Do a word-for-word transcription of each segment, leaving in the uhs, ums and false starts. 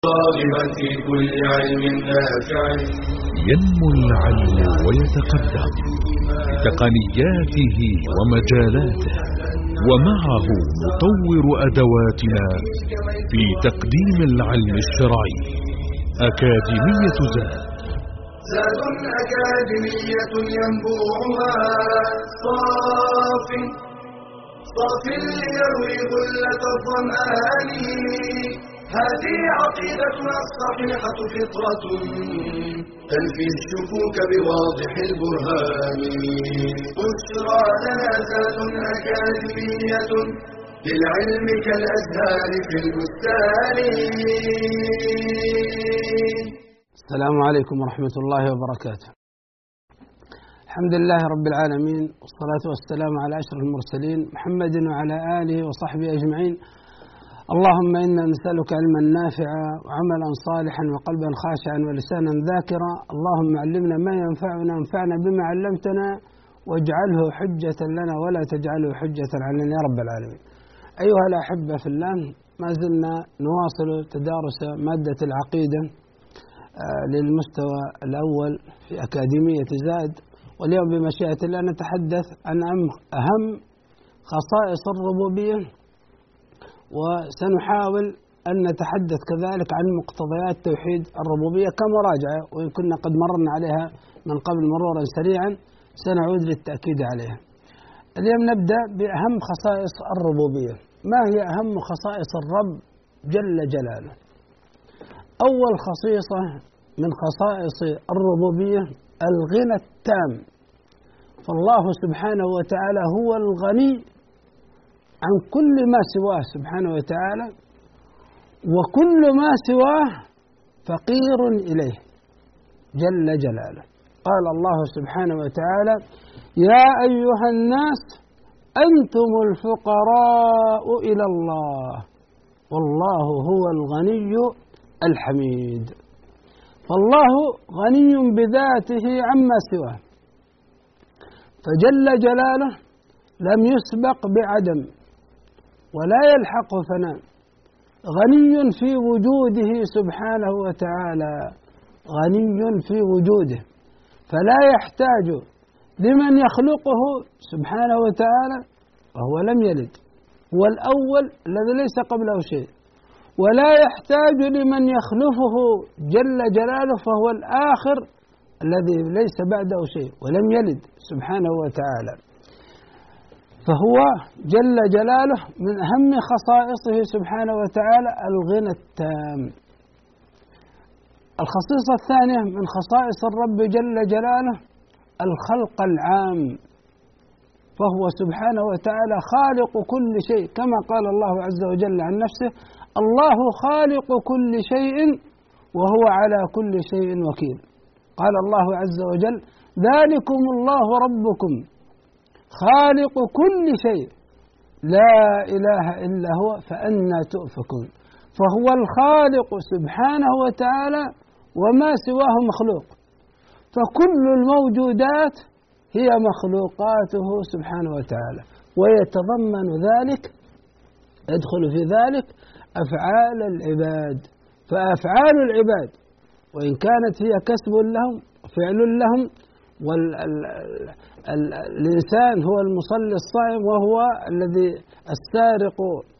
راغبا في كل علم نافع. ينمو العلم ويتقدم بتقنياته ومجالاته، ومعه نطور أدواتنا في تقديم العلم الشرعي. أكاديمية زاد زاد أكاديمية ينبوعها صاف صاف ليروي غلة الظمآن. هذه عقيدتنا الصحيحة فطرة تنفي الشكوك بواضح البرهان. بشرى لنا زاد أكاديمية للعلم كالأزهار في البستان. السلام عليكم ورحمة الله وبركاته. الحمد لله رب العالمين، والصلاة والسلام على أشرف المرسلين محمد وعلى آله وصحبه أجمعين. اللهم إنا نسألك علما نافعا وعملا صالحا وقلبا خاشعا ولسانا ذاكرا. اللهم علمنا ما ينفعنا وانفعنا بما علمتنا واجعله حجة لنا ولا تجعله حجة علينا يا رب العالمين. أيها الأحبة في الله، ما زلنا نواصل تدارس مادة العقيدة للمستوى الأول في أكاديمية زاد، واليوم بمشيئة الله نتحدث عن أهم خصائص الربوبية، وسنحاول أن نتحدث كذلك عن مقتضيات توحيد الربوبية كمراجعة، وإن كنا قد مررنا عليها من قبل مرورا سريعا سنعود للتأكيد عليها. اليوم نبدأ بأهم خصائص الربوبية. ما هي أهم خصائص الرب جل جلاله؟ أول خصيصة من خصائص الربوبية الغنى التام، فالله سبحانه وتعالى هو الغني عن كل ما سواه سبحانه وتعالى، وكل ما سواه فقير إليه جل جلاله. قال الله سبحانه وتعالى: يا أيها الناس أنتم الفقراء إلى الله والله هو الغني الحميد. فالله غني بذاته عما سواه، فجل جلاله لم يسبق بعدم ولا يلحق فناء، غني في وجوده سبحانه وتعالى، غني في وجوده، فلا يحتاج لمن يخلقه سبحانه وتعالى، وهو لم يلد، هو الأول الذي ليس قبله شيء، ولا يحتاج لمن يخلفه جل جلاله، فهو الآخر الذي ليس بعده شيء ولم يلد سبحانه وتعالى. فهو جل جلاله من أهم خصائصه سبحانه وتعالى الغنى التام. الخصيصة الثانية من خصائص الرب جل جلاله الخلق العام، فهو سبحانه وتعالى خالق كل شيء، كما قال الله عز وجل عن نفسه: الله خالق كل شيء وهو على كل شيء وكيل. قال الله عز وجل: ذلكم الله ربكم خالق كل شيء لا إله إلا هو فأنى تؤفكون. فهو الخالق سبحانه وتعالى وما سواه مخلوق، فكل الموجودات هي مخلوقاته سبحانه وتعالى، ويتضمن ذلك يدخل في ذلك أفعال العباد. فأفعال العباد وإن كانت هي كسب لهم فعل لهم، والإنسان هو المصلي الصائم وهو الذي السارق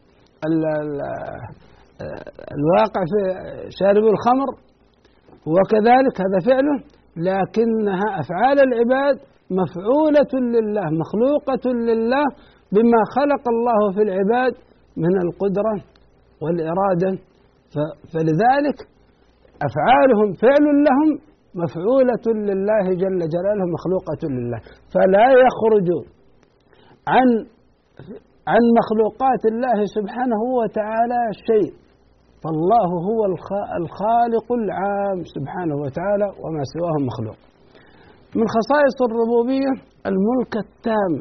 الواقع في شارب الخمر هو كذلك، هذا فعله، لكنها أفعال العباد مفعولة لله مخلوقة لله بما خلق الله في العباد من القدرة والإرادة، فلذلك أفعالهم فعل لهم مفعولة لله جل جلاله مخلوقة لله، فلا يخرج عن عن مخلوقات الله سبحانه وتعالى شيء. فالله هو الخالق العام سبحانه وتعالى وما سواه مخلوق. من خصائص الربوبية الملك التام،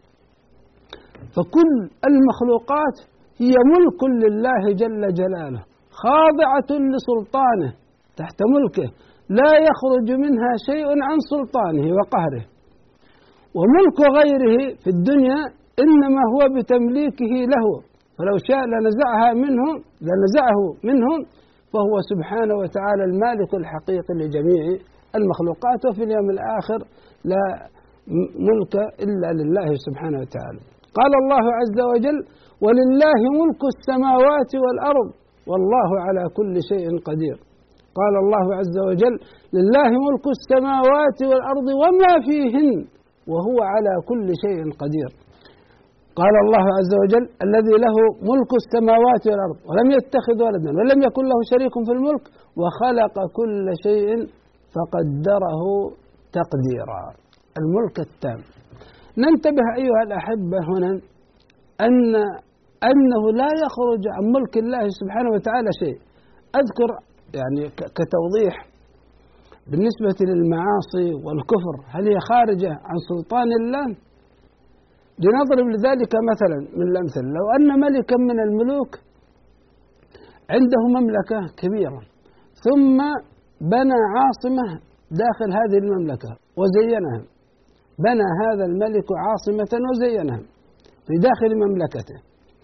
فكل المخلوقات هي ملك لله جل جلاله خاضعة لسلطانه تحت ملكه، لا يخرج منها شيء عن سلطانه وقهره. وملك غيره في الدنيا إنما هو بتمليكه له، فلو شاء لنزعها منه لنزعه منه فهو سبحانه وتعالى المالك الحقيقي لجميع المخلوقات، وفي اليوم الآخر لا ملك إلا لله سبحانه وتعالى. قال الله عز وجل: ولله ملك السماوات والأرض والله على كل شيء قدير. قال الله عز وجل: لله ملك السماوات والأرض وما فيهن وهو على كل شيء قدير. قال الله عز وجل: الذي له ملك السماوات والأرض ولم يتخذ ولدا ولم يكن له شريك في الملك وخلق كل شيء فقدره تقديرا. الملك التام. ننتبه أيها الأحبة هنا أن أنه لا يخرج عن ملك الله سبحانه وتعالى شيء. أذكر يعني كتوضيح بالنسبة للمعاصي والكفر، هل هي خارجة عن سلطان الله؟ لنضرب لذلك مثلا من الأمثلة: لو أن ملكا من الملوك عنده مملكة كبيرة ثم بنى عاصمة داخل هذه المملكة وزينها، بنى هذا الملك عاصمة وزينها في داخل مملكته،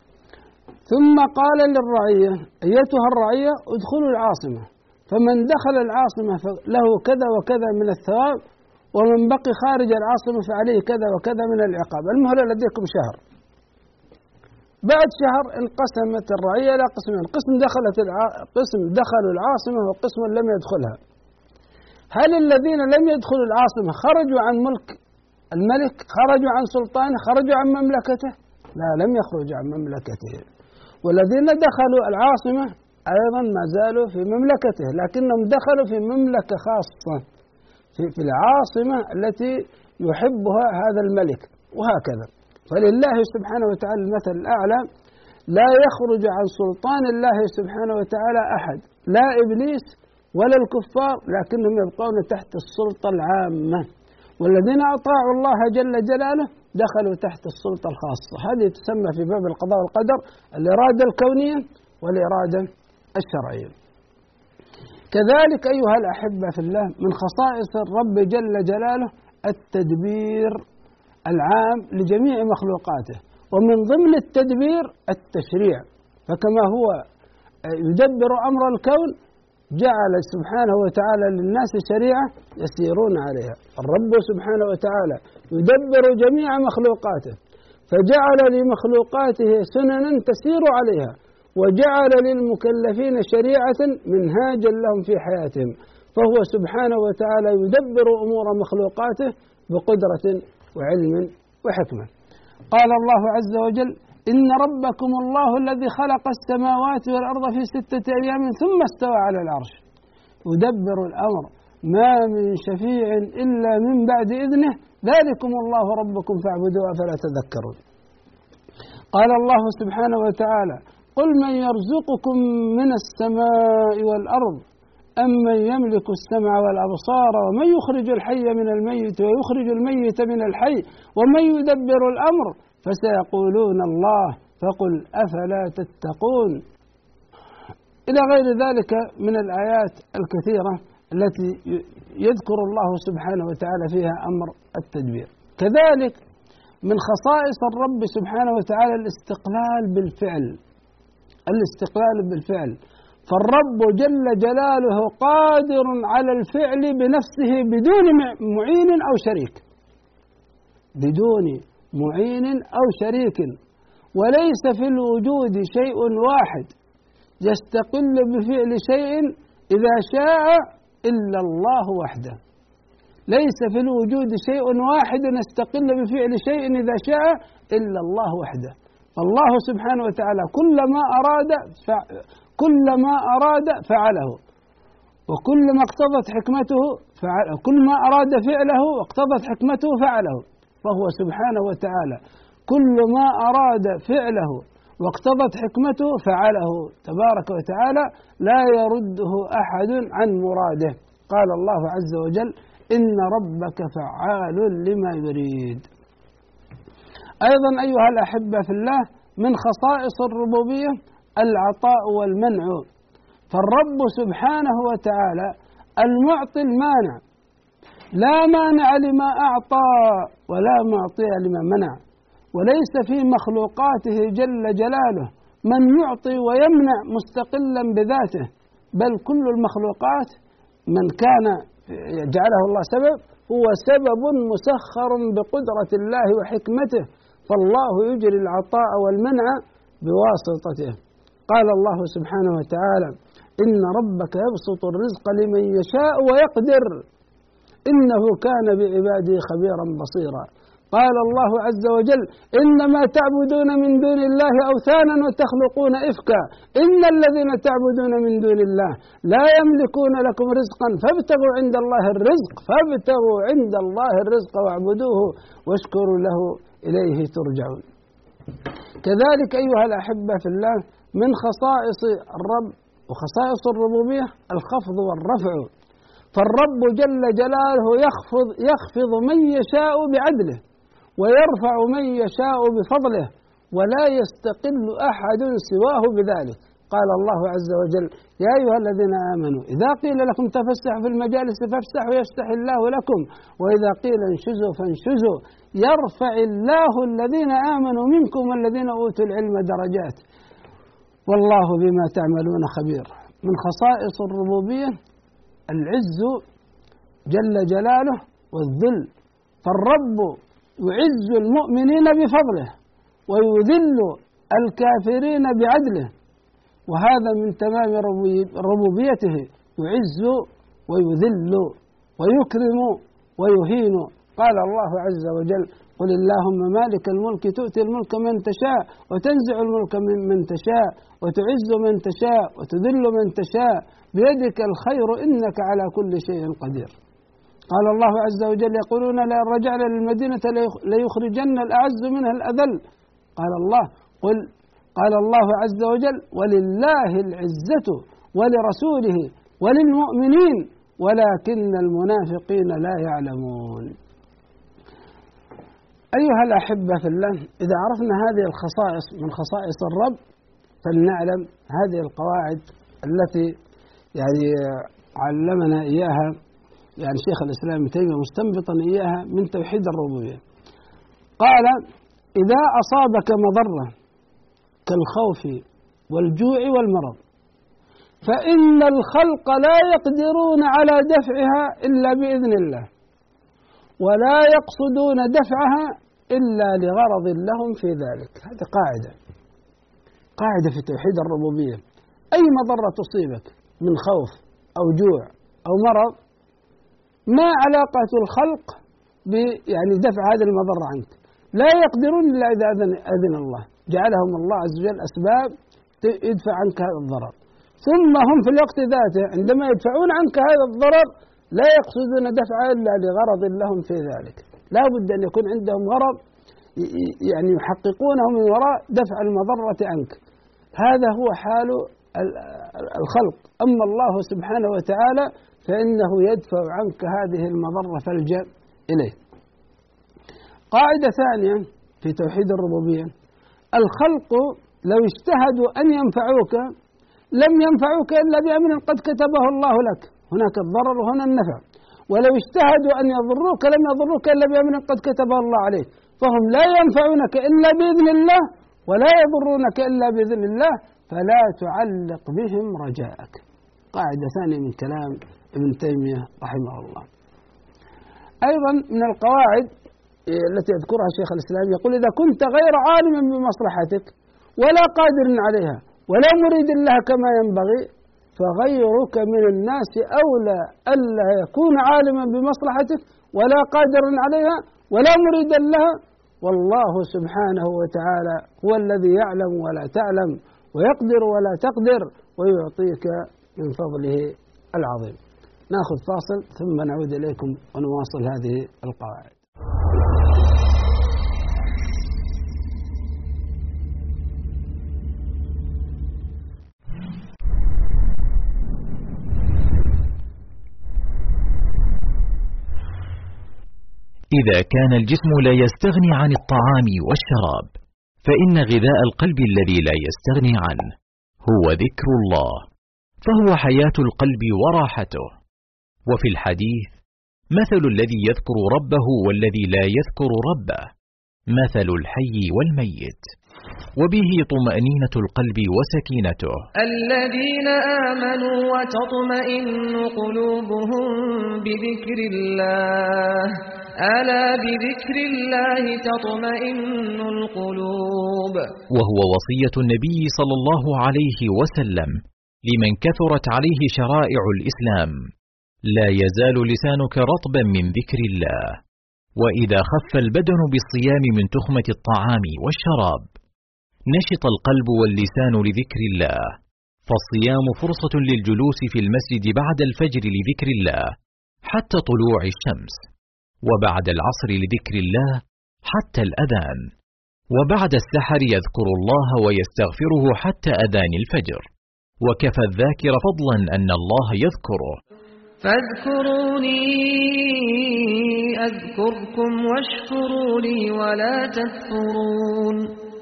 ثم قال للرعية: أيتها الرعية ادخلوا العاصمة، فمن دخل العاصمة له كذا وكذا من الثواب، ومن بقي خارج العاصمة فعليه كذا وكذا من العقاب، المهلة لديكم شهر. بعد شهر انقسمت الرعية إلى قسمين: قسم دخلت الع... قسم دخلوا العاصمة وقسم لم يدخلها. هل الذين لم يدخلوا العاصمة خرجوا عن ملك الملك؟ خرجوا عن سلطانه؟ خرجوا عن مملكته؟ لا، لم يخرجوا عن مملكته. والذين دخلوا العاصمة أيضا ما زالوا في مملكته، لكنهم دخلوا في مملكة خاصة في, في العاصمة التي يحبها هذا الملك، وهكذا. فلله سبحانه وتعالى المثل الأعلى، لا يخرج عن سلطان الله سبحانه وتعالى أحد، لا إبليس ولا الكفار، لكنهم يبقون تحت السلطة العامة. والذين أطاعوا الله جل جلاله دخلوا تحت السلطة الخاصة. هذه تسمى في باب القضاء والقدر الإرادة الكونية والإرادة الشرعية. كذلك أيها الأحبة في الله، من خصائص الرب جل جلاله التدبير العام لجميع مخلوقاته، ومن ضمن التدبير التشريع. فكما هو يدبر أمر الكون، جعل سبحانه وتعالى للناس شريعة يسيرون عليها. الرب سبحانه وتعالى يدبر جميع مخلوقاته، فجعل لمخلوقاته سننا تسير عليها، وجعل للمكلفين شريعة منهاجا لهم في حياتهم. فهو سبحانه وتعالى يدبر أمور مخلوقاته بقدرة وعلم وحكمة. قال الله عز وجل: إن ربكم الله الذي خلق السماوات والأرض في ستة أيام ثم استوى على العرش يدبر الأمر ما من شفيع إلا من بعد إذنه ذلكم الله ربكم فاعبدوه أفلا تذكرون. قال الله سبحانه وتعالى: قل من يرزقكم من السماء والأرض أم من يملك السمع والأبصار ومن يخرج الحي من الميت ويخرج الميت من الحي ومن يدبر الأمر فسيقولون الله فقل أفلا تتقون. إلى غير ذلك من الآيات الكثيرة التي يذكر الله سبحانه وتعالى فيها أمر التدبير. كذلك من خصائص الرب سبحانه وتعالى الاستقلال بالفعل، الاستقلال بالفعل. فالرب جل جلاله قادر على الفعل بنفسه بدون معين أو شريك، بدون معين أو شريك. وليس في الوجود شيء واحد يستقل بفعل شيء إذا شاء إلا الله وحده. ليس في الوجود شيء واحد يستقل بفعل شيء إذا شاء إلا الله وحده. فالله سبحانه وتعالى كلما أراد كلما أراد فعله، وكلما اقتضت حكمته فعله، كلما أراد فعله واقتضت حكمته فعله. فهو سبحانه وتعالى كل ما أراد فعله واقتضت حكمته فعله تبارك وتعالى، لا يرده أحد عن مراده. قال الله عز وجل: إن ربك فعال لما يريد. أيضا أيها الأحبة في الله، من خصائص الربوبية العطاء والمنع. فالرب سبحانه وتعالى المعطي المانع، لا مانع لما أعطى ولا معطي لما منع. وليس في مخلوقاته جل جلاله من يعطي ويمنع مستقلا بذاته، بل كل المخلوقات من كان جعله الله سبب هو سبب مسخر بقدرة الله وحكمته، فالله يجري العطاء والمنع بواسطته. قال الله سبحانه وتعالى: إن ربك يبسط الرزق لمن يشاء ويقدر إنه كان بعباده خبيرا بصيرا. قال الله عز وجل: إنما تعبدون من دون الله أوثانا وتخلقون إفكا إن الذين تعبدون من دون الله لا يملكون لكم رزقا فابتغوا عند الله الرزق فابتغوا عند الله الرزق واعبدوه واشكروا له إليه ترجعون. كذلك أيها الأحبة في الله من خصائص الرب وخصائص الربوبية الخفض والرفع، فالرب جل جلاله يخفض يخفض من يشاء بعدله ويرفع من يشاء بفضله ولا يستقل أحد سواه بذلك. قال الله عز وجل: يا أيها الذين آمنوا إذا قيل لكم تفسحوا في المجالس فافسحوا يفسح الله لكم وإذا قيل انشزوا فانشزوا يرفع الله الذين آمنوا منكم والذين أوتوا العلم درجات والله بما تعملون خبير. من خصائص الربوبية العز جل جلاله والذل، فالرب يعز المؤمنين بفضله ويذل الكافرين بعدله، وهذا من تمام ربوبيته، يعز ويذل ويكرم ويهين. قال الله عز وجل: قل اللهم مالك الملك تؤتي الملك من تشاء وتنزع الملك من تشاء وتعز من تشاء وتذل من تشاء بيدك الخير إنك على كل شيء قدير. قال الله عز وجل: يقولون لئن رجعنا للمدينة ليخرجن الأعز منها الأذل. قال الله قل قال الله عز وجل: ولله العزة ولرسوله وللمؤمنين ولكن المنافقين لا يعلمون. أيها الأحبة في الله، إذا عرفنا هذه الخصائص من خصائص الرب فلنعلم هذه القواعد التي يعني علمنا إياها يعني شيخ الإسلام ابن تيمية مستنبطا إياها من توحيد الربوبية. قال: إذا أصابك مضرة كالخوف والجوع والمرض فإن الخلق لا يقدرون على دفعها إلا بإذن الله ولا يقصدون دفعها إلا لغرض لهم في ذلك. هذه قاعدة قاعدة في توحيد الربوبية. أي مضرة تصيبك من خوف أو جوع أو مرض ما علاقة الخلق يعني دفع هذه المضرة عنك، لا يقدرون إلا إذا أذن, أذن الله، جعلهم الله عز وجل أسباب يدفع عنك هذا الضرر، ثم هم في الوقت ذاته عندما يدفعون عنك هذا الضرر لا يقصدون دفعه إلا لغرض لهم في ذلك. لا بد أن يكون عندهم غرض يعني يحققونه من وراء دفع المضرة عنك. هذا هو حال الخلق. أما الله سبحانه وتعالى فإنه يدفع عنك هذه المضرة فالجأ إليه. قاعدة ثانية في توحيد الربوبية: الخلق لو اجتهدوا أن ينفعوك لم ينفعوك إلا بأمر قد كتبه الله لك، هناك الضرر وهنا النفع. ولو اجتهدوا أن يضروك لم يضروك إلا بأمر قد كتبه الله عليك، فهم لا ينفعونك إلا بإذن الله ولا يضرونك إلا بإذن الله، فلا تعلق بهم رجاءك. قاعدة ثانية من كلام ابن تيمية رحمه الله. أيضا من القواعد التي يذكرها شيخ الإسلام يقول: إذا كنت غير عالم بمصلحتك ولا قادر عليها ولا مريد لها كما ينبغي فغيرك من الناس أولى ألا يكون عالما بمصلحتك ولا قادر عليها ولا مريدا لها، والله سبحانه وتعالى هو الذي يعلم ولا تعلم ويقدر ولا تقدر ويعطيك من فضله العظيم. نأخذ فاصل ثم نعود إليكم ونواصل هذه القواعد. إذا كان الجسم لا يستغني عن الطعام والشراب فإن غذاء القلب الذي لا يستغني عنه هو ذكر الله، فهو حياة القلب وراحته. وفي الحديث: مثل الذي يذكر ربه والذي لا يذكر ربه مثل الحي والميت. وبه طمأنينة القلب وسكينته. الذين آمنوا وتطمئن قلوبهم بذكر الله ألا بذكر الله تطمئن القلوب. وهو وصية النبي صلى الله عليه وسلم لمن كثرت عليه شرائع الإسلام: لا يزال لسانك رطبا من ذكر الله. وإذا خف البدن بالصيام من تخمة الطعام والشراب نشط القلب واللسان لذكر الله، فالصيام فرصة للجلوس في المسجد بعد الفجر لذكر الله حتى طلوع الشمس، وبعد العصر لذكر الله حتى الأذان، وبعد السحر يذكر الله ويستغفره حتى أذان الفجر. وكفى الذاكر فضلا أن الله يذكره. فاذكروني أذكركم واشكروا لي ولا تكفرون.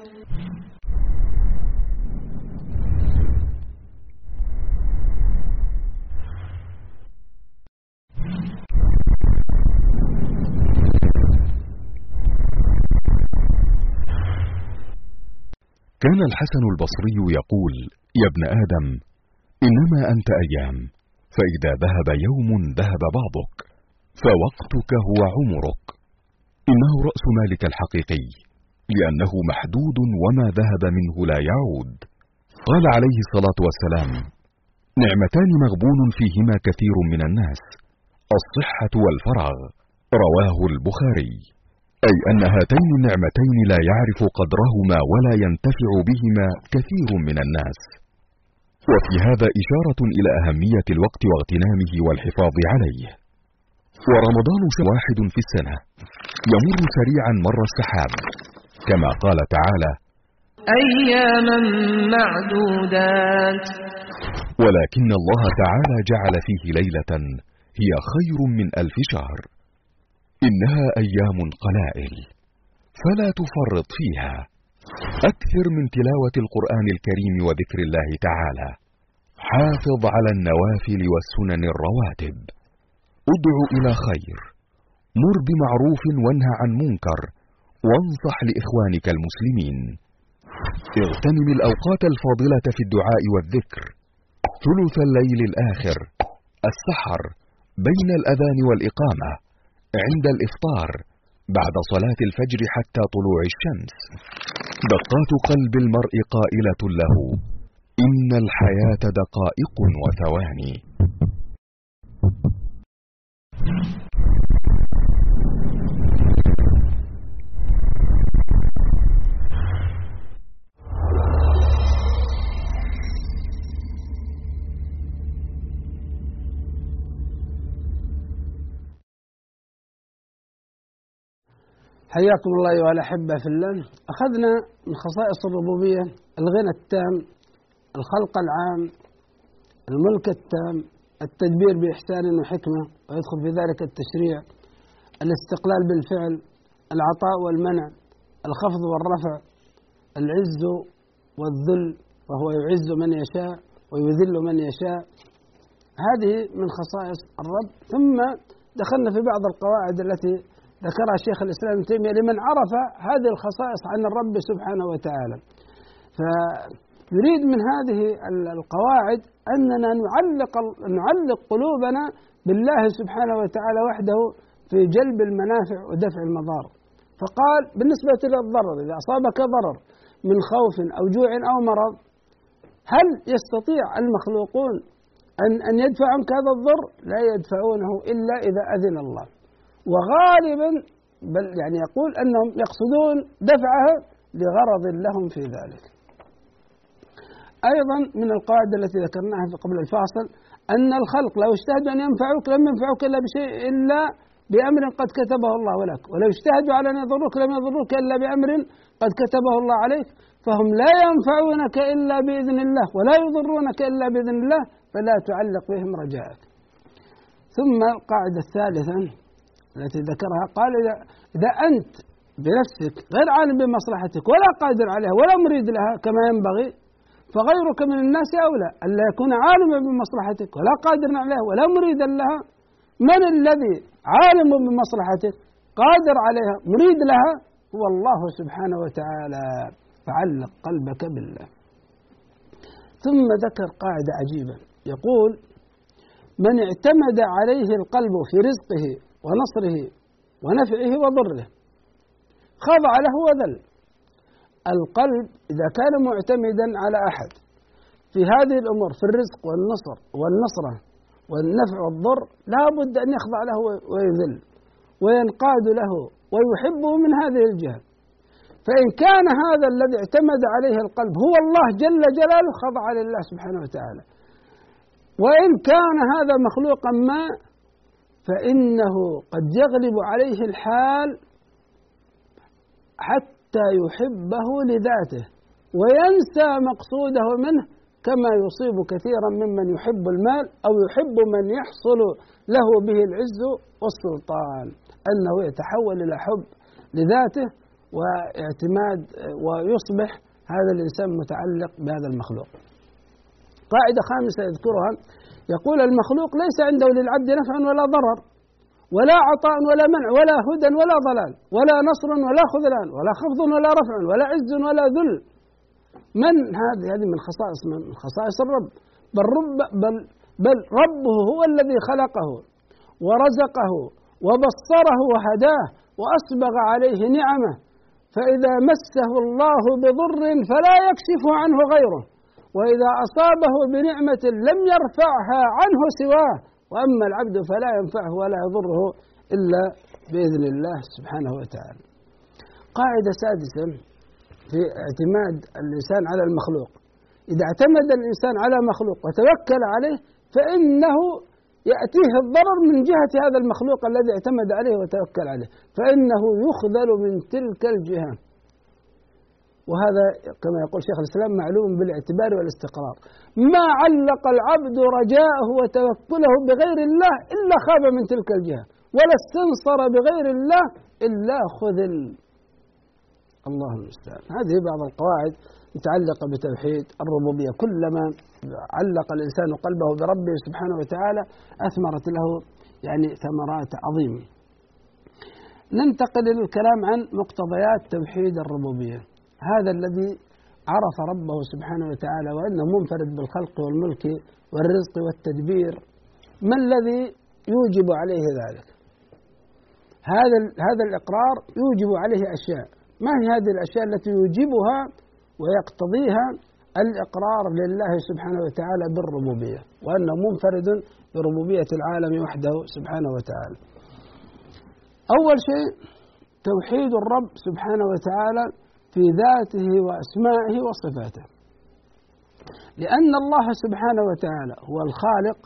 كان الحسن البصري يقول: يا ابن آدم، إنما أنت أيام، فإذا ذهب يوم ذهب بعضك، فوقتك هو عمرك. إنه رأس مالك الحقيقي، لأنه محدود وما ذهب منه لا يعود. قال عليه الصلاة والسلام: نعمتان مغبون فيهما كثير من الناس، الصحة والفراغ. رواه البخاري. أي أن هاتين النعمتين لا يعرف قدرهما ولا ينتفع بهما كثير من الناس. وفي هذا إشارة إلى أهمية الوقت واغتنامه والحفاظ عليه. ورمضان واحد في السنة، يمر سريعا مر السحاب، كما قال تعالى: أياما معدودات. ولكن الله تعالى جعل فيه ليلة هي خير من ألف شهر. إنها أيام قلائل، فلا تفرط فيها. أكثر من تلاوة القرآن الكريم وذكر الله تعالى. حافظ على النوافل والسنن الرواتب. ادع إلى خير، مر بمعروف وانهى عن منكر، وانصح لإخوانك المسلمين. اغتنم الأوقات الفاضلة في الدعاء والذكر: ثلث الليل الآخر، السحر، بين الأذان والإقامة، عند الإفطار، بعد صلاة الفجر حتى طلوع الشمس. دقات قلب المرء قائلة له: إن الحياة دقائق وثواني. حياكم الله أيها الأحبة في الله. أخذنا من خصائص الربوبية الغنى التام، الخلق العام، الملك التام، التدبير بإحسان وحكمة، ويدخل في ذلك التشريع، الاستقلال بالفعل، العطاء والمنع، الخفض والرفع، العز والذل، وهو يعز من يشاء ويذل من يشاء. هذه من خصائص الرب. ثم دخلنا في بعض القواعد التي ذكرها الشيخ الإسلام ابن تيمية لمن عرف هذه الخصائص عن الرب سبحانه وتعالى. فيريد من هذه القواعد أننا نعلق نعلق قلوبنا بالله سبحانه وتعالى وحده في جلب المنافع ودفع المضار. فقال: بالنسبة للضرر، إذا أصابك ضرر من خوف أو جوع أو مرض، هل يستطيع المخلوقون أن أن يدفعوا عنك هذا الضر؟ لا يدفعونه إلا إذا أذن الله. وغالبا بل يعني يقول أنهم يقصدون دفعها لغرض لهم في ذلك. أيضا من القواعد التي ذكرناها في قبل الفاصل أن الخلق لو اجتهدوا أن ينفعوك لم ينفعوك إلا بشيء إلا بأمر قد كتبه الله لك، ولو اجتهدوا على أن يضروك لم يضروك إلا بأمر قد كتبه الله عليك، فهم لا ينفعونك إلا بإذن الله ولا يضرونك إلا بإذن الله، فلا تعلق بهم رجاءك. ثم القاعدة الثالثة التي ذكرها قال: إذا, إذا أنت بنفسك غير عالم بمصلحتك ولا قادر عليها ولا مريد لها كما ينبغي، فغيرك من الناس أولى ألا يكون عالما بمصلحتك ولا قادر عليها ولا مريدا لها. من الذي عالم بمصلحتك قادر عليها مريد لها؟ هو الله سبحانه وتعالى. فعلق قلبك بالله. ثم ذكر قاعدة عجيبة، يقول: من اعتمد عليه القلب في رزقه ونصره ونفعه وضره خضع له وذل. القلب إذا كان معتمدا على أحد في هذه الأمور، في الرزق والنصر والنصرة والنفع والضر، لا بد أن يخضع له ويذل وينقاد له ويحبه من هذه الجهة. فإن كان هذا الذي اعتمد عليه القلب هو الله جل جلاله خضع لله سبحانه وتعالى، وإن كان هذا مخلوقا ما فإنه قد يغلب عليه الحال حتى يحبه لذاته وينسى مقصوده منه، كما يصيب كثيرا ممن يحب المال أو يحب من يحصل له به العز والسلطان، أنه يتحول إلى حب لذاته واعتماد، ويصبح هذا الإنسان متعلق بهذا المخلوق. قاعدة خامسة يذكرها، يقول: المخلوق ليس عنده للعبد نفع ولا ضرر ولا عطاء ولا منع ولا هدى ولا ضلال ولا نصر ولا خذلان ولا خفض ولا رفع ولا عز ولا ذل. من هذه؟ هذه من خصائص من خصائص الرب. بل, رب بل, بل ربه هو الذي خلقه ورزقه وبصره وهداه وأسبغ عليه نعمه، فإذا مسه الله بضر فلا يكشف عنه غيره، وإذا أصابه بنعمة لم يرفعها عنه سواه، وأما العبد فلا ينفعه ولا يضره إلا بإذن الله سبحانه وتعالى. قاعدة سادسة في اعتماد الإنسان على المخلوق: إذا اعتمد الإنسان على مخلوق وتوكل عليه فإنه يأتيه الضرر من جهة هذا المخلوق الذي اعتمد عليه وتوكل عليه، فإنه يخذل من تلك الجهة. وهذا كما يقول شيخ الإسلام معلوم بالاعتبار والاستقرار. ما علق العبد رجاءه وتوكله بغير الله إلا خاب من تلك الجهة، ولا استنصر بغير الله إلا خذل. الله المستعان. هذه بعض القواعد متعلقة بتوحيد الربوبية، كلما علق الإنسان قلبه بربه سبحانه وتعالى أثمرت له يعني ثمرات عظيمة. ننتقل إلى الكلام عن مقتضيات توحيد الربوبية، هذا الذي عرف ربه سبحانه وتعالى وأنه منفرد بالخلق والملك والرزق والتدبير. ما الذي يوجب عليه ذلك؟ هذا هذا الإقرار يوجب عليه أشياء. ما هي هذه الأشياء التي يوجبها ويقتضيها الإقرار لله سبحانه وتعالى بالربوبية، وأنه منفرد بربوبية العالم وحده سبحانه وتعالى؟ أول شيء توحيد الرب سبحانه وتعالى في ذاته وأسمائه وصفاته، لأن الله سبحانه وتعالى هو الخالق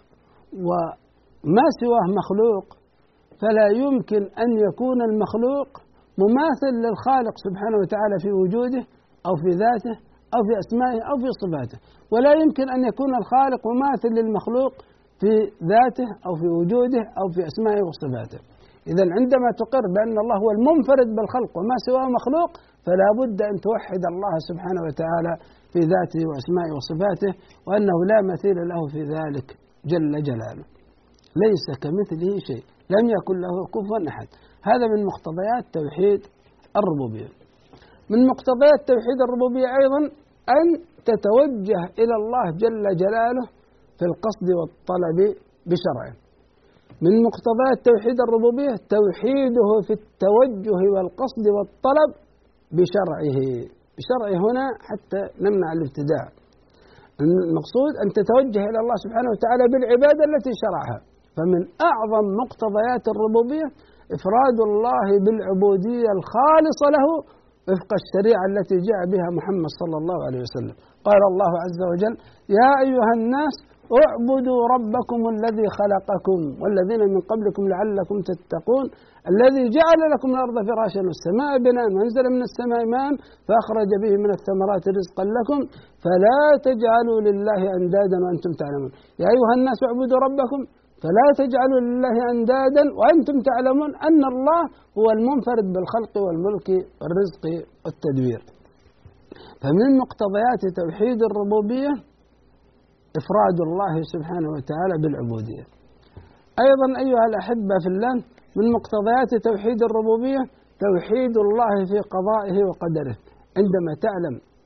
وما سواه مخلوق، فلا يمكن أن يكون المخلوق مماثل للخالق سبحانه وتعالى في وجوده أو في ذاته أو في أسمائه أو في صفاته، ولا يمكن أن يكون الخالق مماثل للمخلوق في ذاته أو في وجوده أو في أسمائه وصفاته. إذن عندما تقر بأن الله هو المنفرد بالخلق وما سواه مخلوق، فلا بد أن توحد الله سبحانه وتعالى في ذاته وأسمائه وصفاته، وأنه لا مثيل له في ذلك جل جلاله، ليس كمثله شيء، لم يكن له كفوا أحد. هذا من مقتضيات توحيد الربوبية. من مقتضيات توحيد الربوبية أيضا أن تتوجه إلى الله جل جلاله في القصد والطلب بشرعه. من مقتضيات توحيد الربوبية توحيده في التوجه والقصد والطلب بشرعه. بشرعه هنا حتى نمنع الابتداع. المقصود أن تتوجه إلى الله سبحانه وتعالى بالعبادة التي شرعها. فمن أعظم مقتضيات الربوبية إفراد الله بالعبودية الخالصة له وفق الشريعة التي جاء بها محمد صلى الله عليه وسلم. قال الله عز وجل: يا أيها الناس اعبدوا ربكم الذي خلقكم والذين من قبلكم لعلكم تتقون الذي جعل لكم الأرض فراشا والسماء بناء وأنزل من السماء ماء فأخرج به من الثمرات رزقا لكم فلا تجعلوا لله أندادا وأنتم تعلمون. يا أيها الناس اعبدوا ربكم فلا تجعلوا لله أندادا وأنتم تعلمون أن الله هو المنفرد بالخلق والملك والرزق والتدبير. فمن مقتضيات توحيد الربوبية إفراد الله سبحانه وتعالى بالعبودية. أيضا أيها الأحبة في الله، من مقتضيات توحيد الربوبية توحيد الله في قضائه وقدره. عندما تعلم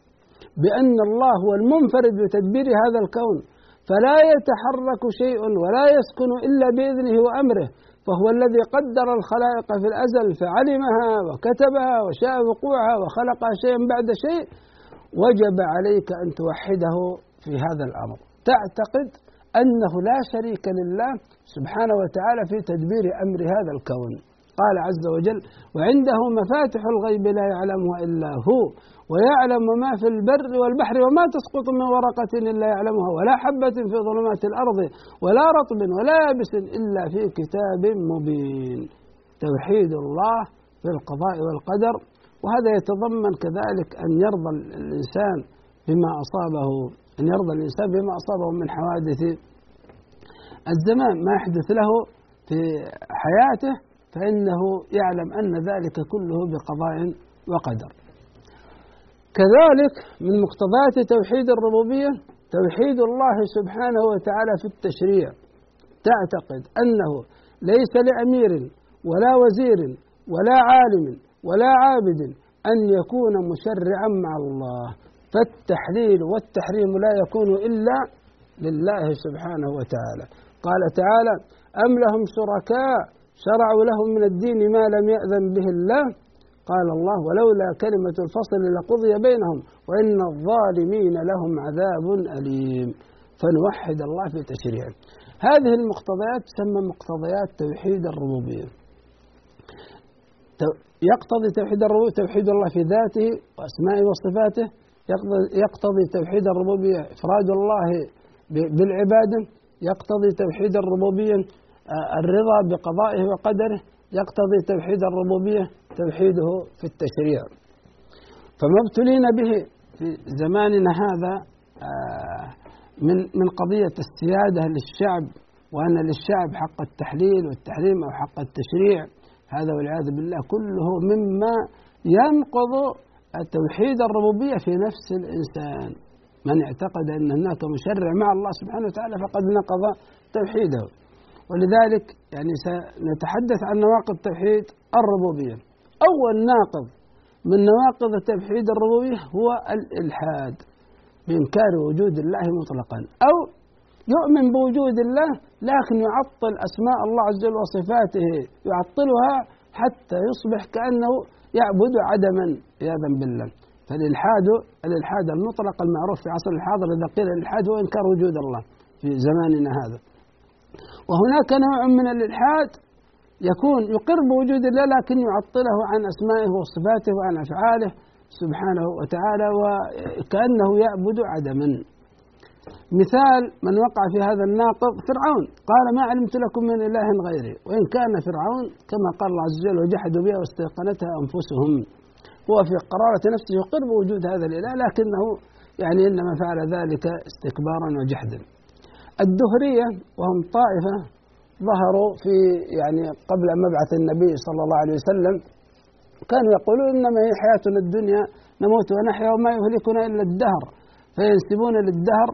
بأن الله هو المنفرد بتدبير هذا الكون، فلا يتحرك شيء ولا يسكن إلا بإذنه وأمره، فهو الذي قدر الخلائق في الأزل فعلمها وكتبها وشاء وقوعها وخلقها شيئا بعد شيء. وجب عليك أن توحده في هذا الأمر، تعتقد أنه لا شريك لله سبحانه وتعالى في تدبير أمر هذا الكون. قال عز وجل: وعنده مفاتح الغيب لا يعلمها إلا هو ويعلم ما في البر والبحر وما تسقط من ورقة إلا يعلمها ولا حبة في ظلمات الأرض ولا رطب ولا يابس إلا في كتاب مبين. توحيد الله في القضاء والقدر، وهذا يتضمن كذلك أن يرضى الإنسان بما أصابه أن يرضى الإنسان بما أصابه من حوادث الزمان، ما يحدث له في حياته، فإنه يعلم أن ذلك كله بقضاء وقدر. كذلك من مقتضيات توحيد الربوبية توحيد الله سبحانه وتعالى في التشريع، تعتقد أنه ليس لأمير ولا وزير ولا عالم ولا عابد أن يكون مشرعا مع الله، فالتحليل والتحريم لا يكون إلا لله سبحانه وتعالى. قال تعالى: أم لهم شركاء شرعوا لهم من الدين ما لم يأذن به الله. قال الله: ولولا كلمة الفصل لقضي بينهم وإن الظالمين لهم عذاب أليم. فنوحد الله في تشريعه. هذه المقتضيات تسمى مقتضيات توحيد الربوبية. يقتضي توحيد الربوبية توحيد الله في ذاته وأسمائه وصفاته، يقتضي توحيد الربوبية إفراد الله بالعبادة، يقتضي توحيد الربوبية الرضا بقضائه وقدره، يقتضي توحيد الربوبية توحيده في التشريع. فما ابتلينا به في زماننا هذا من من قضية السيادة للشعب، وأن للشعب حق التحليل والتحريم أو حق التشريع، هذا والعياذ بالله كله مما ينقض توحيد الربوبية في نفس الإنسان. من اعتقد أن هناك مشرع مع الله سبحانه وتعالى فقد نقض توحيده. ولذلك يعني سنتحدث عن نواقض توحيد الربوبية. أول ناقض من نواقض توحيد الربوبية هو الإلحاد بإنكار وجود الله مطلقا، أو يؤمن بوجود الله لكن يعطل أسماء الله عز وجل وصفاته، يعطلها حتى يصبح كأنه يعبد عدما عياذا بالله. فالإلحاد الإلحاد المطلق المعروف في عصر الحاضر إذا قيل الإلحاد هو إنكار وجود الله في زماننا هذا. وهناك نوع من الإلحاد يكون يقر بوجود الله لكن يعطله عن أسمائه وصفاته وعن أفعاله سبحانه وتعالى وكأنه يعبد عدما. مثال من وقع في هذا الناقض فرعون، قال: ما علمت لكم من إله غيري. وإن كان فرعون كما قال الله عز وجل: وجحدوا بها واستيقنتها أنفسهم. هو في قرارة نفسه يقر بوجود هذا الإله لكنه يعني إنما فعل ذلك استكبارا وجحدا. الدهرية وهم طائفة ظهروا في يعني قبل مبعث النبي صلى الله عليه وسلم، كانوا يقولون: إنما هي حياتنا الدنيا نموت ونحيا وما يهلكنا إلا الدهر، فينسبون للدهر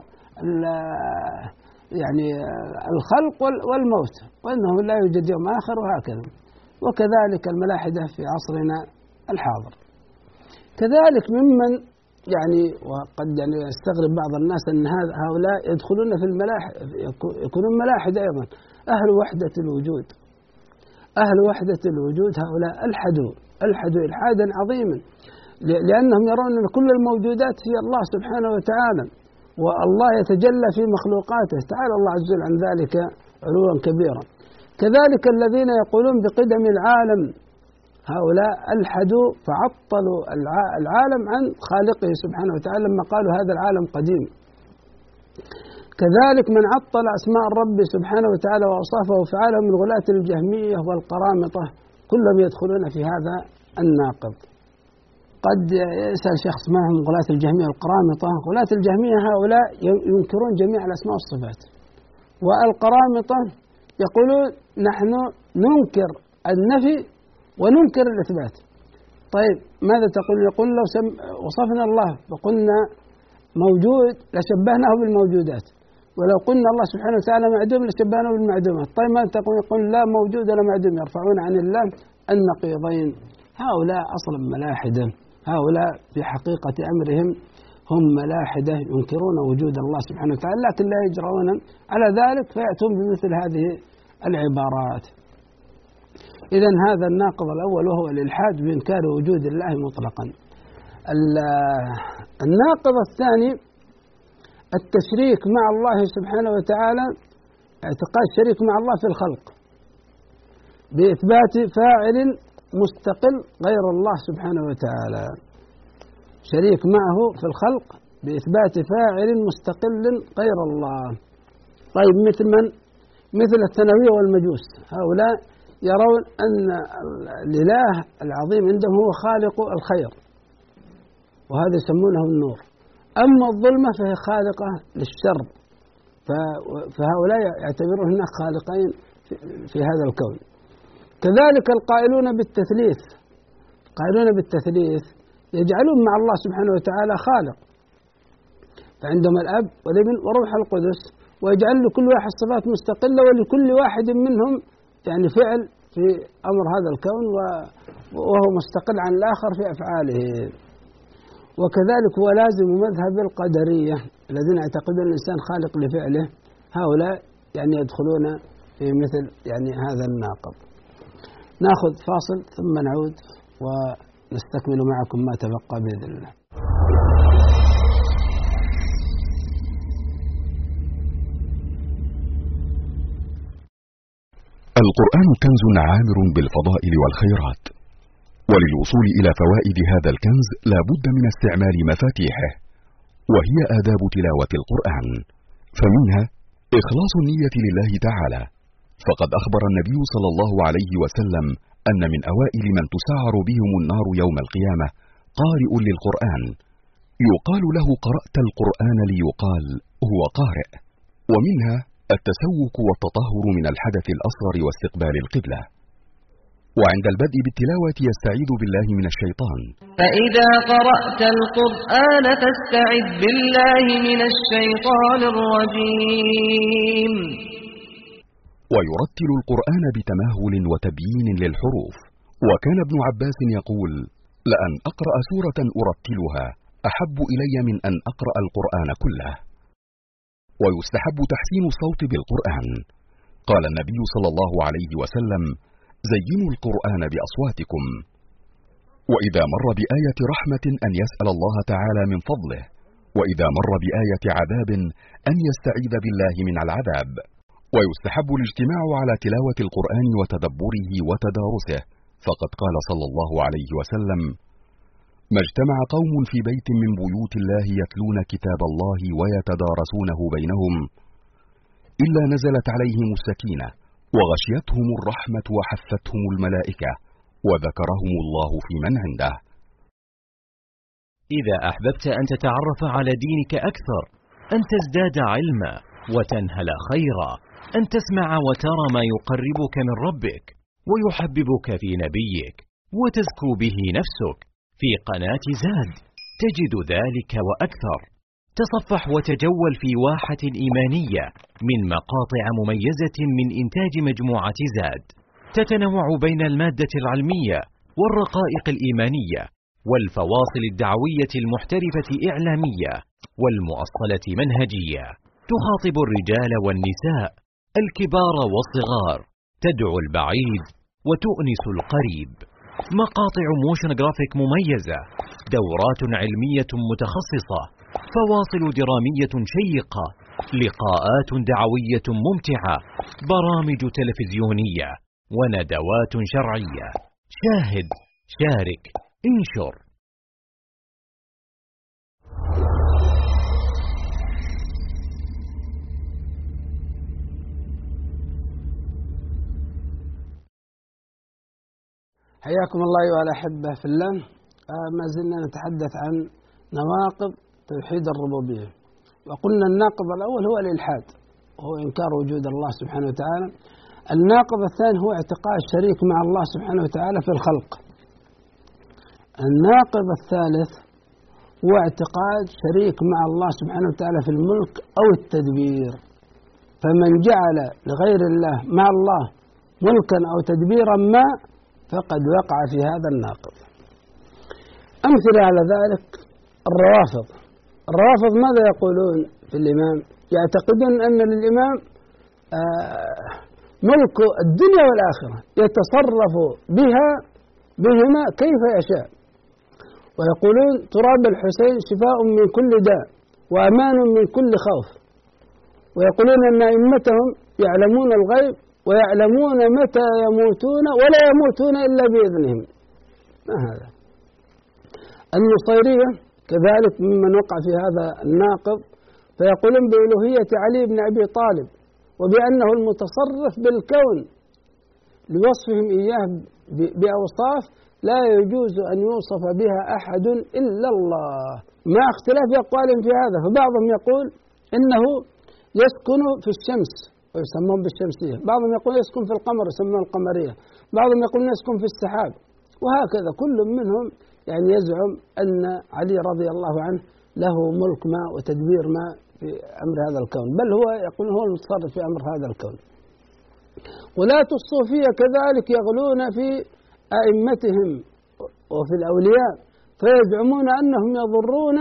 يعني الخلق والموت، وأنه لا يوجد يوم آخر وهكذا. وكذلك الملاحدة في عصرنا الحاضر. كذلك ممن يعني وقد يعني يستغرب بعض الناس أن هؤلاء يدخلون في الملاحد، يكونون ملاحد أيضا، أهل وحدة الوجود. أهل وحدة الوجود هؤلاء ألحدوا ألحدوا إلحادا عظيما، لأنهم يرون أن كل الموجودات هي الله سبحانه وتعالى، والله يتجلى في مخلوقاته، تعالى الله عز وجل عن ذلك علوا كبيرا. كذلك الذين يقولون بقدم العالم، هؤلاء ألحدوا فعطلوا العالم عن خالقه سبحانه وتعالى لما قالوا هذا العالم قديم. كذلك من عطل أسماء الرب سبحانه وتعالى وأوصافه وفعاله من غلاة الجهمية والقرامطة، كلهم يدخلون في هذا الناقض. قد يسأل شخص ما هم غلاة الجهمية والقرامطة؟ غلاة الجهمية هؤلاء ينكرون جميع الأسماء والصفات، والقرامطة يقولون نحن ننكر النفي وننكر الإثبات. طيب ماذا تقول؟ يقول لو وصفنا الله وقلنا موجود لشبهناه بالموجودات، ولو قلنا الله سبحانه وتعالى معدوم لشبهناه بالمعدومات. طيب ماذا تقول؟ يقول لا موجود ولا معدوم، يرفعون عن الله النقيضين. هؤلاء أصلا ملاحدة، هؤلاء في حقيقة أمرهم هم ملاحدة ينكرون وجود الله سبحانه وتعالى، لكن لا يجرؤون على ذلك فيأتون بمثل هذه العبارات. إذن هذا الناقض الأول وهو الإلحاد بإنكار وجود الله مطلقا. الناقض الثاني التشريك مع الله سبحانه وتعالى، اعتقاد الشريك مع الله في الخلق بإثبات فاعل مستقل غير الله سبحانه وتعالى، شريك معه في الخلق بإثبات فاعل مستقل غير الله. طيب مثل من؟ مثل الثانوية والمجوس، هؤلاء يرون أن الإله العظيم عندهم هو خالق الخير، وهذا يسمونه النور، أما الظلمة فهي خالقة للشر، فهؤلاء يعتبرون هناك خالقين في هذا الكون. كذلك القائلون بالتثليث، قائلون بالتثليث يجعلون مع الله سبحانه وتعالى خالق، فعندهم الأب والابن وروح القدس، ويجعل لكل واحد صفات مستقلة ولكل واحد منهم يعني فعل في أمر هذا الكون وهو مستقل عن الآخر في أفعاله. وكذلك هو لازم مذهب القدرية الذين يعتقدون الإنسان خالق لفعله، هؤلاء يعني يدخلون في مثل يعني هذا الناقض. نأخذ فاصل ثم نعود ونستكمل معكم ما تبقى بإذن الله. القرآن كنز عامر بالفضائل والخيرات، وللوصول إلى فوائد هذا الكنز لا بد من استعمال مفاتيحه، وهي آداب تلاوة القرآن، فمنها إخلاص النية لله تعالى، فقد أخبر النبي صلى الله عليه وسلم أن من أوائل من تسعر بهم النار يوم القيامة قارئ للقرآن، يقال له قرأت القرآن ليقال هو قارئ. ومنها التسوك والتطهر من الحدث الأصغر واستقبال القبلة. وعند البدء بالتلاوة يستعيذ بالله من الشيطان. فإذا قرأت القرآن فاستعذ بالله من الشيطان الرجيم. ويرتل القرآن بتمهل وتبيين للحروف، وكان ابن عباس يقول: لأن أقرأ سورة أرتلها أحب إلي من أن أقرأ القرآن كله. ويستحب تحسين الصوت بالقرآن، قال النبي صلى الله عليه وسلم: زينوا القرآن بأصواتكم. وإذا مر بآية رحمة أن يسأل الله تعالى من فضله، وإذا مر بآية عذاب أن يستعيذ بالله من العذاب. ويستحب الاجتماع على تلاوة القرآن وتدبره وتدارسه، فقد قال صلى الله عليه وسلم: ما اجتمع قوم في بيت من بيوت الله يتلون كتاب الله ويتدارسونه بينهم إلا نزلت عليهم السكينة وغشيتهم الرحمة وحفتهم الملائكة وذكرهم الله في من عنده. إذا أحببت أن تتعرف على دينك أكثر، أن تزداد علما وتنهل خيرا، أن تسمع وترى ما يقربك من ربك ويحببك في نبيك وتزكو به نفسك، في قناة زاد تجد ذلك وأكثر. تصفح وتجول في واحة إيمانية من مقاطع مميزة من إنتاج مجموعة زاد، تتنوع بين المادة العلمية والرقائق الإيمانية والفواصل الدعوية المحترفة إعلامية والمؤصلة منهجية، تخاطب الرجال والنساء، الكبار والصغار، تدعو البعيد وتؤنس القريب. مقاطع موشن جرافيك مميزة، دورات علمية متخصصة، فواصل درامية شيقة، لقاءات دعوية ممتعة، برامج تلفزيونية وندوات شرعية. شاهد، شارك، انشر. حياكم الله أيها الأحبة في الله. آه ما زلنا نتحدث عن نواقض توحيد الربوبية، وقلنا الناقض الأول هو الإلحاد وهو إنكار وجود الله سبحانه وتعالى. الناقض الثاني هو اعتقاد الشريك مع الله سبحانه وتعالى في الخلق. الناقض الثالث هو اعتقاد شريك مع الله سبحانه وتعالى في الملك أو التدبير، فمن جعل لغير الله مع الله ملكا أو تدبيرا ما فقد وقع في هذا الناقض. أمثلة على ذلك الروافض الروافض ماذا يقولون في الإمام؟ يعتقدون أن للإمام ملك الدنيا والآخرة يتصرف بها بهما كيف يشاء، ويقولون تراب الحسين شفاء من كل داء وأمان من كل خوف، ويقولون أن أئمتهم يعلمون الغيب ويعلمون متى يموتون ولا يموتون إلا بإذنهم. ما هذا؟ النصيرية كذلك ممن وقع في هذا الناقض، فيقولون بألوهية علي بن أبي طالب وبأنه المتصرف بالكون لوصفهم إياه بأوصاف لا يجوز أن يوصف بها أحد إلا الله، مع اختلاف أقوالهم في هذا. فبعضهم يقول إنه يسكن في الشمس ويسمون بالشمسية، بعضهم يقول يسكن في القمر يسمون القمرية، بعضهم يقول يسكن في السحاب، وهكذا كل منهم يعني يزعم أن علي رضي الله عنه له ملك ما وتدبير ما في أمر هذا الكون، بل هو يقول هو المتصرف في أمر هذا الكون. ولاة الصوفية كذلك يغلون في أئمتهم وفي الأولياء، فيزعمون أنهم يضرون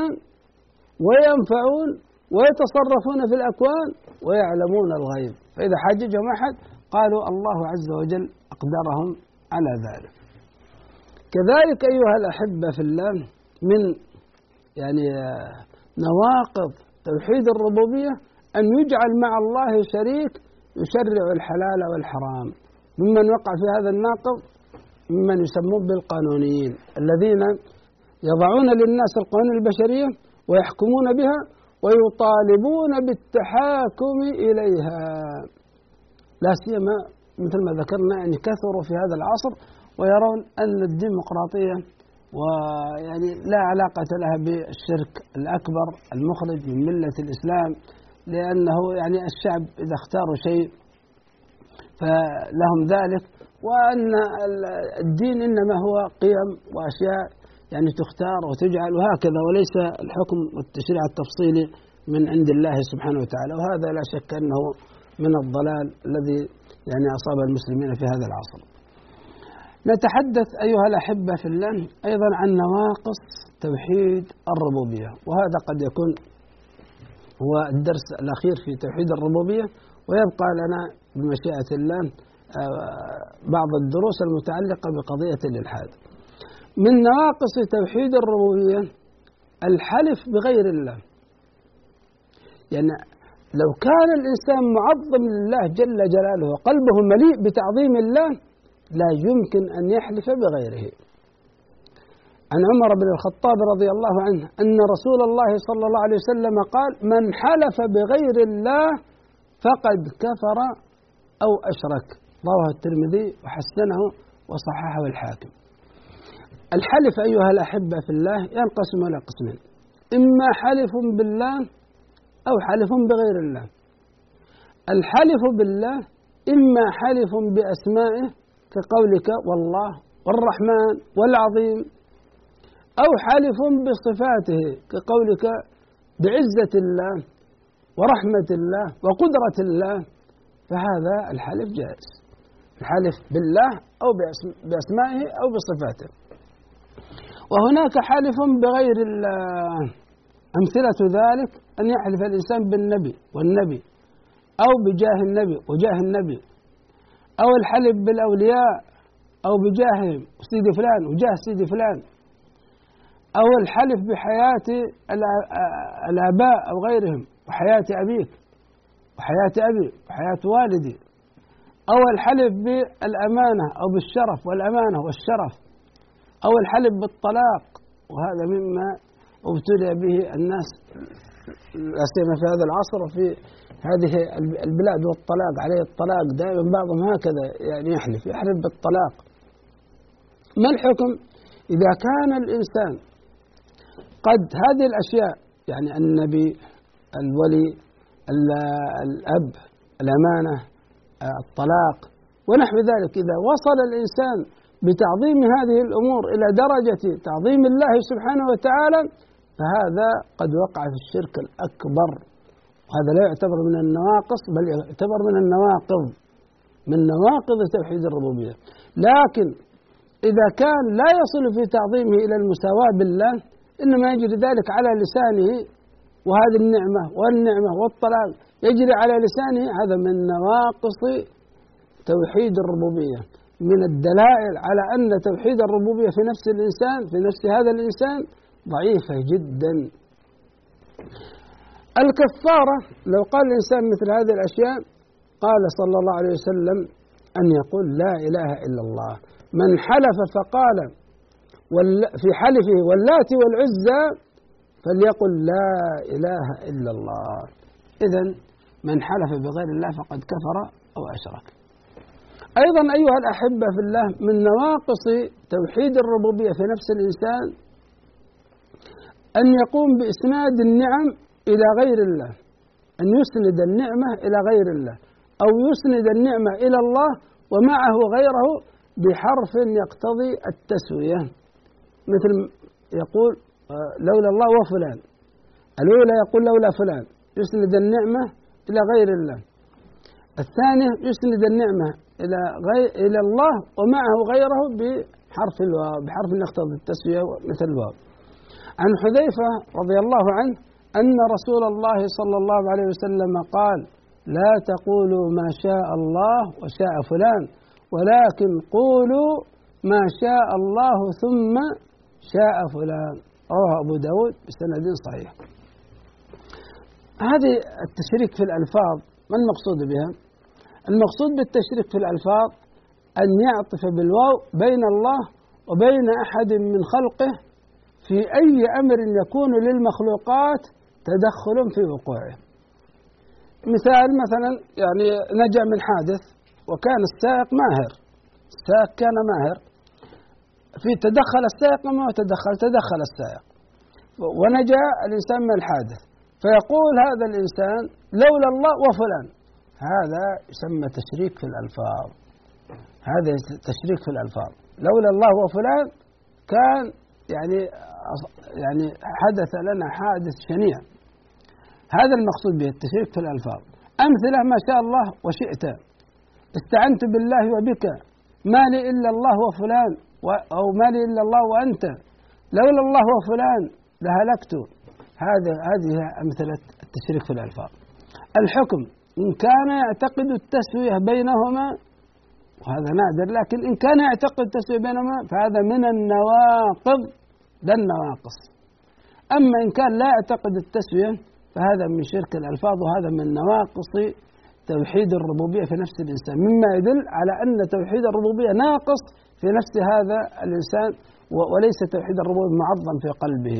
وينفعون ويتصرفون في الأكوان ويعلمون الغيب، فإذا حججهم أحد قالوا الله عز وجل أقدرهم على ذلك. كذلك أيها الأحبة في الله من يعني نواقض توحيد الربوبية أن يجعل مع الله شريك يشرع الحلال والحرام. ممن وقع في هذا الناقض ممن يسمون بالقانونيين الذين يضعون للناس القوانين البشرية ويحكمون بها ويطالبون بالتحاكم إليها، لا سيما مثل ما ذكرنا أن كثروا في هذا العصر ويرون أن الديمقراطية ويعني لا علاقة لها بالشرك الأكبر المخرج من ملة الإسلام، لأنه يعني الشعب إذا اختاروا شيء فلهم ذلك، وأن الدين إنما هو قيم وأشياء يعني تختار وتجعل وهكذا، وليس الحكم والتشريع التفصيلي من عند الله سبحانه وتعالى، وهذا لا شك أنه من الضلال الذي يعني أصاب المسلمين في هذا العصر. نتحدث أيها الأحبة في الله أيضا عن نواقص توحيد الربوبية، وهذا قد يكون هو الدرس الأخير في توحيد الربوبية، ويبقى لنا بمشيئة الله بعض الدروس المتعلقة بقضية الإلحاد. من نواقص توحيد الربوبية الحلف بغير الله، يعني لو كان الإنسان معظم لله جل جلاله وقلبه مليء بتعظيم الله لا يمكن أن يحلف بغيره. عن عمر بن الخطاب رضي الله عنه أن رسول الله صلى الله عليه وسلم قال: من حلف بغير الله فقد كفر أو أشرك، رواه الترمذي وحسنه وصححه الحاكم. الحلف أيها الأحبة في الله ينقسم إلى قسمين: إما حلف بالله أو حلف بغير الله. الحلف بالله إما حلف بأسمائه كقولك والله والرحمن والعظيم، أو حلف بصفاته كقولك بعزة الله ورحمة الله وقدرة الله، فهذا الحلف جائز، الحلف بالله أو بأسمائه أو بصفاته. وهناك حلف بغير الله، أمثلة ذلك أن يحلف الإنسان بالنبي والنبي، أو بجاه النبي وجاه النبي، أو الحلف بالأولياء أو بجاههم سيدي فلان وجاه سيدي فلان، أو الحلف بحياة الآباء أو غيرهم وحياة أبيك وحياة أبي وحياة والدي، أو الحلف بالأمانة أو بالشرف والأمانة والشرف، أو الحلف بالطلاق، وهذا مما ابتلي به الناس لا سيما في هذا العصر وفي هذه البلاد، والطلاق عليه الطلاق دائما، بعضهم هكذا يعني يحلف يحلف بالطلاق. ما الحكم إذا كان الإنسان قد هذه الأشياء يعني النبي الولي الأب الأمانة الطلاق ونحو ذلك، إذا وصل الإنسان بتعظيم هذه الأمور إلى درجة تعظيم الله سبحانه وتعالى فهذا قد وقع في الشرك الأكبر، وهذا لا يعتبر من النواقص بل يعتبر من النواقض من نواقض توحيد الربوبية. لكن إذا كان لا يصل في تعظيمه إلى المساواة بالله، إنما يجري ذلك على لسانه وهذه النعمة والنعمة والطلاق يجري على لسانه، هذا من نواقص توحيد الربوبية، من الدلائل على أن توحيد الربوبية في نفس الإنسان في نفس هذا الإنسان ضعيفة جدا. الكفارة لو قال الإنسان مثل هذه الأشياء قال صلى الله عليه وسلم أن يقول لا إله إلا الله. من حلف فقال في حلفه واللات والعزى فليقل لا إله إلا الله. إذن من حلف بغير الله فقد كفر أو أشرك. أيضا أيها الأحبة في الله من نواقص توحيد الربوبية في نفس الإنسان أن يقوم بإسناد النعم إلى غير الله، أن يسند النعمة إلى غير الله، أو يسند النعمة إلى الله ومعه غيره بحرف يقتضي التسوية، مثل يقول لولا الله وفلان. الأولى يقول لولا فلان، يسند النعمة إلى غير الله. الثاني يسند النعمة إلى غير إلى الله ومعه غيره بحرف الواو، بحرف يقتضي التسوية مثل الواو. عن حذيفة رضي الله عنه أن رسول الله صلى الله عليه وسلم قال: لا تقولوا ما شاء الله وشاء فلان، ولكن قولوا ما شاء الله ثم شاء فلان. رواه أبو داود بسند صحيح. هذه التشريك في الألفاظ ما المقصود بها؟ المقصود بالتشريك في الألفاظ أن يعطف بالواو بين الله وبين أحد من خلقه في أي أمر يكون للمخلوقات تدخل في وقوعه. مثال مثلا يعني نجا من حادث وكان السائق ماهر، السائق كان ماهر، في تدخل السائق ما تدخل تدخل السائق ونجا الإنسان من الحادث، فيقول هذا الإنسان لولا الله وفلان، هذا يسمى تشريك في الألفاظ. هذا تشريك في الألفاظ، لولا الله وفلان كان يعني يعني حدث لنا حادث شنيع. هذا المقصود به التشريك في الألفاظ. أمثلة ما شاء الله وشئت، استعنت بالله وبك، ما لي إلا الله وفلان، أو ما لي إلا الله وأنت، لولا الله وفلان لهلكت. هذا هذه أمثلة التشريك في الألفاظ. الحكم إن كان يعتقد التسوية بينهما، وهذا نادر، لكن إن كان يعتقد التسوية بينهما فهذا من النواقض لا النواقص. أما إن كان لا يعتقد التسوية فهذا من شرك الألفاظ، وهذا من نواقص توحيد الربوبية في نفس الإنسان، مما يدل على أن توحيد الربوبية ناقص في نفس هذا الإنسان وليس توحيد الربوبية معظم في قلبه.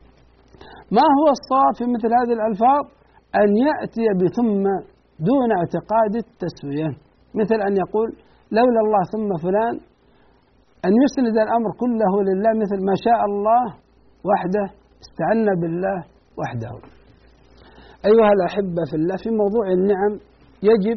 ما هو الصواب في مثل هذه الألفاظ؟ أن يأتي بثم دون اعتقاد التسوية، مثل أن يقول لولا الله ثم فلان، أن يسند الأمر كله لله، مثل ما شاء الله وحده، استعنا بالله وحده. أيها الأحبة في الله، في موضوع النعم يجب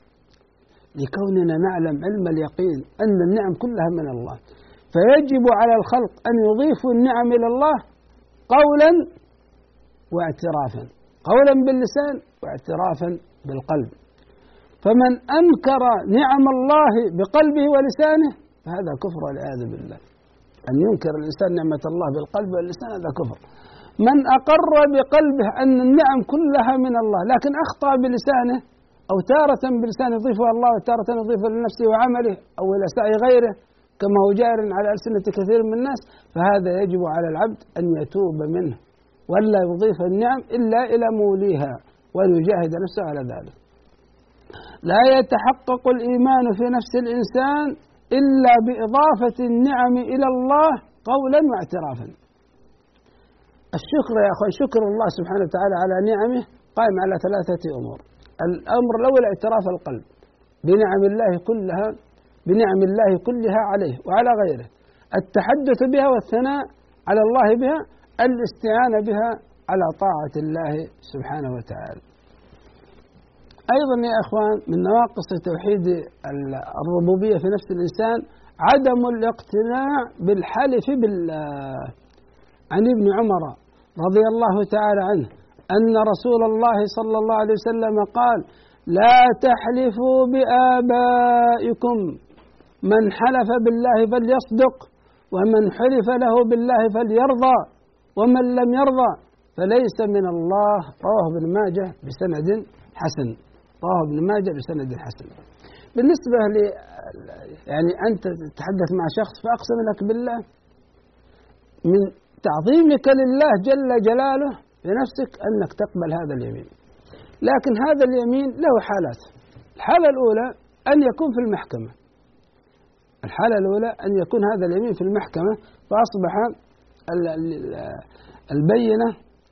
لكوننا نعلم علم اليقين أن النعم كلها من الله، فيجب على الخلق أن يضيفوا النعم إلى الله قولا واعترافا، قولا باللسان واعترافا بالقلب. فمن أنكر نعم الله بقلبه ولسانه فهذا كفر والعياذ بالله. أن ينكر الإنسان نعمة الله بالقلب واللسان هذا كفر. من أقر بقلبه أن النعم كلها من الله لكن أخطأ بلسانه، أو تارة بلسانه يضيفها الله وتارة يضيفها لنفسه وعمله أو إلى سعي غيره كما هو جار على ألسنة كثير من الناس، فهذا يجب على العبد أن يتوب منه ولا يضيف النعم إلا إلى موليها ويجاهد نفسه على ذلك. لا يتحقق الإيمان في نفس الإنسان إلا بإضافة النعم إلى الله قولا واعترافا. الشكر يا أخوان، شكر الله سبحانه وتعالى على نعمه قائم على ثلاثة أمور. الأمر الأول اعتراف القلب بنعم الله كلها بنعم الله كلها عليه وعلى غيره، التحدث بها والثناء على الله بها، الاستعانة بها على طاعة الله سبحانه وتعالى. أيضا يا أخوان من نواقص توحيد الربوبية في نفس الإنسان عدم الاقتناع بالحلف بالله. عن ابن عمر رضي الله تعالى عنه أن رسول الله صلى الله عليه وسلم قال: لا تحلفوا بآبائكم، من حلف بالله فليصدق، ومن حلف له بالله فليرضى، ومن لم يرضى فليس من الله. رواه ابن ماجه بسند حسن. رواه ابن ماجه بسند حسن. بالنسبة ل يعني أنت تتحدث مع شخص فأقسم لك بالله، من تعظيمك لله جل جلاله لنفسك أنك تقبل هذا اليمين. لكن هذا اليمين له حالات. الحالة الأولى أن يكون في المحكمة. الحالة الأولى أن يكون هذا اليمين في المحكمة فأصبح البينة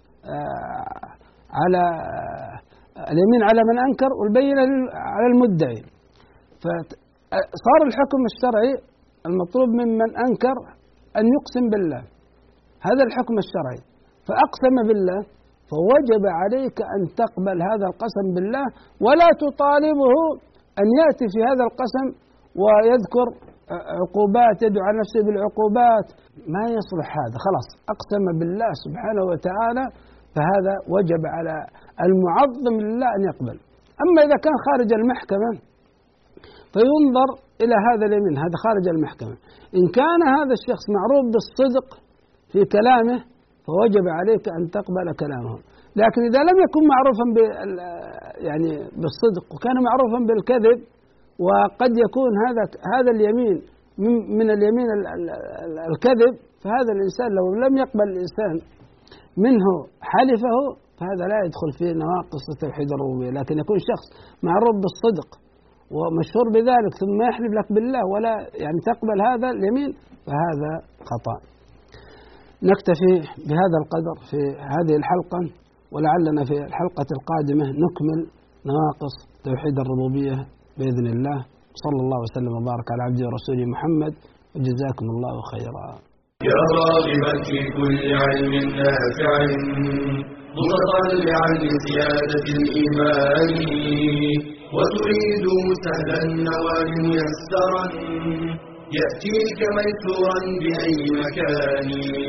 على اليمين على من أنكر والبينة على المدعي، فصار الحكم الشرعي المطلوب ممن أنكر أن يقسم بالله، هذا الحكم الشرعي، فأقسم بالله فوجب عليك أن تقبل هذا القسم بالله ولا تطالبه أن يأتي في هذا القسم ويذكر عقوبات، يدعو على نفسه بالعقوبات، ما يصلح هذا. خلاص أقسم بالله سبحانه وتعالى فهذا وجب على المعظم لله أن يقبل. أما إذا كان خارج المحكمة فينظر إلى هذا اليمين، هذا خارج المحكمة، إن كان هذا الشخص معروف بالصدق في كلامه فوجب عليك أن تقبل كلامه. لكن إذا لم يكن معروفا يعني بالصدق وكان معروفا بالكذب، وقد يكون هذا هذا اليمين من اليمين الكذب، فهذا الإنسان لو لم يقبل الإنسان منه حلفه فهذا لا يدخل في نواقص توحيد الربوبية. لكن يكون شخص معروف بالصدق ومشهور بذلك ثم يحلف لك بالله ولا يعني تقبل هذا اليمين فهذا خطأ. نكتفي بهذا القدر في هذه الحلقة، ولعلنا في الحلقة القادمة نكمل نواقص توحيد الربوبية بإذن الله. صلى الله وسلم وبارك على عبده ورسوله محمد، وجزاكم الله خيرا. يا راغبا في كل علم نافع متطلعا لزيادة الإيمان وتريد سهلا النوال ميسرا يأتيك ميسورا بأي مكان.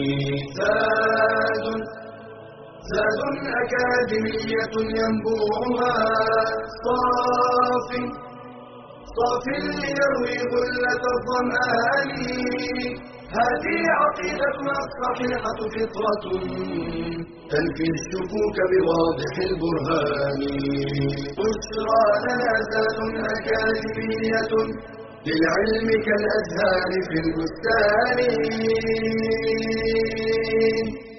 زاد زاد أكاديمية ينبوعها صاف صاف ليروي غلة الظمآن. هذه عقيدتنا الصحيحة فطرة تنفي الشكوك بواضح البرهان. بشرى لنا زاد أكاديمية للعلم كالأزهار في البستان.